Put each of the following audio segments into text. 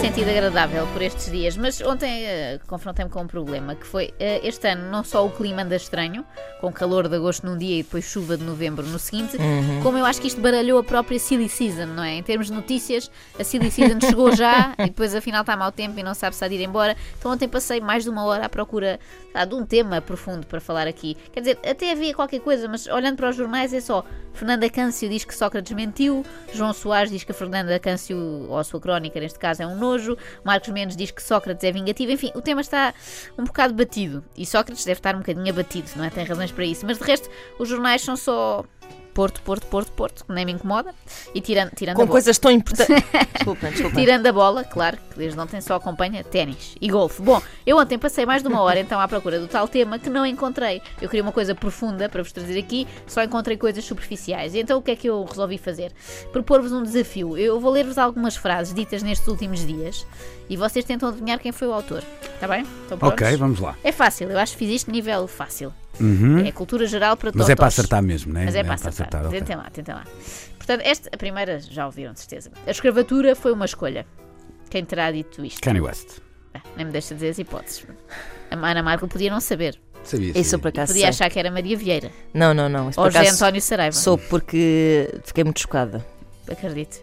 sentido agradável por estes dias, mas ontem confrontei-me com um problema, que foi, este ano não só o clima anda estranho, com calor de agosto num dia e depois chuva de novembro no seguinte, como eu acho que isto baralhou a própria Silly Season, não é? Em termos de notícias, a Silly Season chegou já e depois afinal está mau tempo e não sabe se há de ir embora. Então ontem passei mais de uma hora à procura de um tema profundo para falar aqui. Quer dizer, até havia qualquer coisa, mas olhando para os jornais é só Fernanda Câncio diz que Sócrates mentiu, João Soares diz que a Fernanda Câncio, ou a sua crónica neste caso, é um nojo, Marcos Mendes diz que Sócrates é vingativo, enfim, o tema está um bocado batido e Sócrates deve estar um bocadinho abatido, não é? Tem razões para isso, mas de resto os jornais são só Porto, que nem me incomoda, e tirando com a bola. Coisas tão importantes. Desculpa. Tirando a bola, claro, que desde ontem só acompanha ténis e golfe. Bom, eu ontem passei mais de uma hora então à procura do tal tema que não encontrei. Eu queria uma coisa profunda para vos trazer aqui, só encontrei coisas superficiais. E então o que é que eu resolvi fazer? Propor-vos um desafio. Eu vou ler-vos algumas frases ditas nestes últimos dias e vocês tentam adivinhar quem foi o autor. Está bem? Estão prontos? Ok, vamos lá. É fácil, eu acho que fiz isto nível fácil. É cultura geral para todos. Mas é para acertar mesmo, não é? Mas é para acertar. Okay. Tentem lá. Portanto, a primeira já ouviram, de certeza. A escravatura foi uma escolha. Quem terá dito isto? Kanye West. Nem me deixa dizer as hipóteses. A Ana Marco podia não saber. Sabia. Isso por acaso Podia achar que era Maria Vieira. Não. Ou José António Saraiva. Soube porque fiquei muito chocada. Acredito.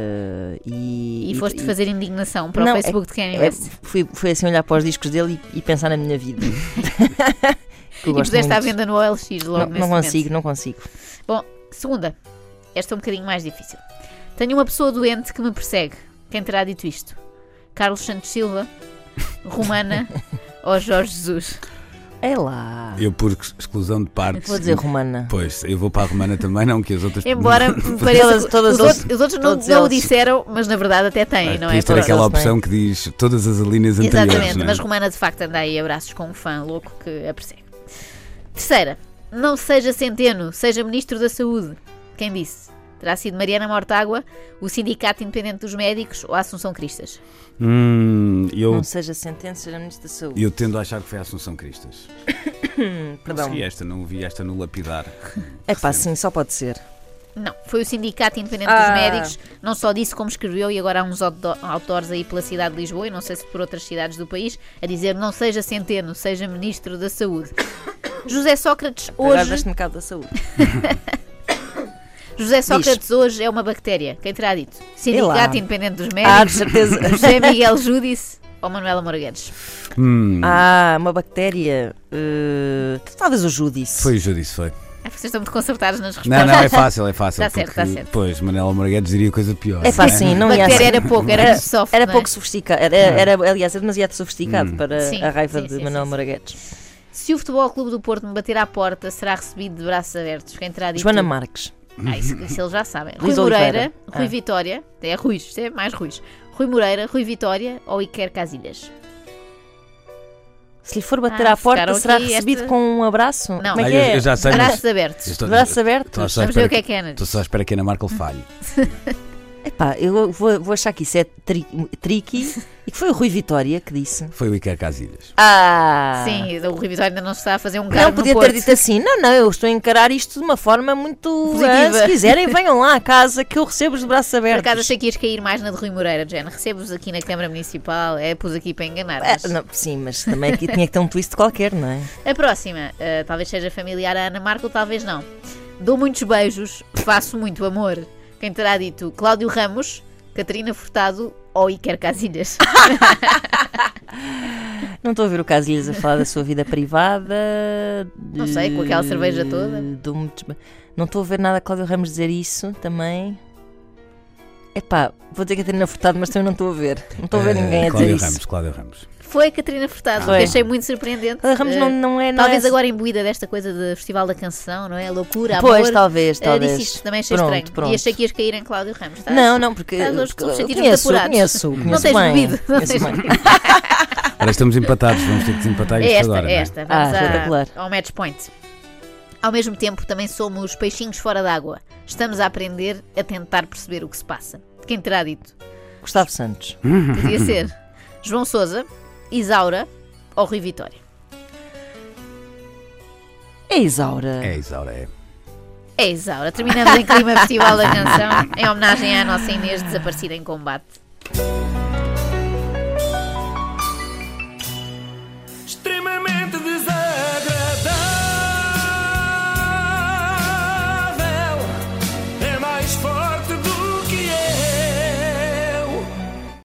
E foste fazer indignação para o Facebook de Kanye West. Fui assim olhar para os discos dele e pensar na minha vida. E puseste à venda no OLX logo nesse momento. Não consigo. Bom, segunda. Esta é um bocadinho mais difícil. Tenho uma pessoa doente que me persegue. Quem terá dito isto? Carlos Santos Silva, Romana ou Jorge Jesus? É lá. Eu, por exclusão de partes... Vou dizer Romana. Pois, eu vou para a Romana também, não que as outras... Embora me pareça que os outros não o disseram, mas na verdade até têm, não é? Ter aquela opção que diz todas as alíneas anteriores. Exatamente, mas Romana de facto anda aí abraços com um fã louco que a persegue. Terceira, não seja Centeno, seja Ministro da Saúde. Quem disse? Terá sido Mariana Mortágua, o Sindicato Independente dos Médicos ou a Assunção Cristas? Não seja Centeno, seja Ministro da Saúde. Eu tendo a achar que foi a Assunção Cristas. Perdão. Não vi esta no lapidar. É pá, sim, só pode ser. Não, foi o Sindicato Independente dos Médicos, não só disse como escreveu, e agora há uns autores aí pela cidade de Lisboa, e não sei se por outras cidades do país, a dizer não seja Centeno, seja Ministro da Saúde. José Sócrates hoje... Deste-me cabo da saúde. José Sócrates hoje é uma bactéria. Quem terá dito? Sindicato Independente dos Médicos, de certeza. José Miguel Júdice ou Manuela Moura Guedes? Uma bactéria. Talvez o Júdice. Foi o Júdice, foi. Vocês estão muito concertados nas respostas. Não, é fácil. Está certo. Pois, Manuela Moura Guedes diria coisa pior. É fácil, não ia bactéria era pouco, era soft. Era pouco sofisticado. Aliás, era demasiado sofisticado para a raiva de Manuela Moura Guedes. Se o Futebol Clube do Porto me bater à porta, será recebido de braços abertos. Quem terá dito? Joana Marques. Isso eles já sabem. Luís Rui Moreira, Oliveira. Rui Vitória, é Ruiz, isto é mais Ruiz. Rui Moreira, Rui Vitória ou Iker Casilhas? Se lhe for bater à porta, será recebido com um abraço? Não, como é que é? Eu já sei, braços abertos. Braços abertos. Vamos ver o que é que é. Estou só à espera que a Ana Markel falhe. Epá, eu vou achar que isso é tricky e que foi o Rui Vitória que disse. Foi o Iker Casilhas. Sim, o Rui Vitória ainda não está a fazer um cargo Não podia ter dito assim, não, eu estou a encarar isto de uma forma muito positiva. Se quiserem, venham lá à casa que eu recebo-os de braços abertos. Por acaso achei que ias cair mais na de Rui Moreira, Jane. Recebo-vos aqui na Câmara Municipal, pus aqui para enganar. Sim, mas também aqui tinha que ter um twist qualquer, não é? A próxima, talvez seja familiar a Ana Marco, talvez não. Dou muitos beijos, faço muito amor. Quem terá dito? Cláudio Ramos, Catarina Furtado ou Iker Casilhas? Não estou a ver o Casilhas a falar da sua vida privada. Não sei, com aquela cerveja toda. Não estou a ver nada a Cláudio Ramos dizer isso também. Epá, vou dizer Catarina Furtado, mas também não estou a ver. Não estou a ver ninguém a dizer isso. Cláudio Ramos. Foi a Catarina Furtado, que achei muito surpreendente. Cláudio Ramos não é... Talvez agora imbuída desta coisa de Festival da Canção, não é? Loucura, amor. Pois, talvez. Disse isto, também achei estranho. E achei que ias cair em Cláudio Ramos. Não, porque conheço não tens bebido. Ora, estamos empatados, vamos ter que desempatar isto agora. Esta. Vamos ao match point. Ao mesmo tempo, também somos peixinhos fora d'água. Estamos a aprender a tentar perceber o que se passa. Quem terá dito? Gustavo Santos. Podia ser João Sousa, Isaura ou Rui Vitória? É Isaura. É Isaura. Terminamos em clima Festival da Canção, em homenagem à nossa Inês desaparecida em combate.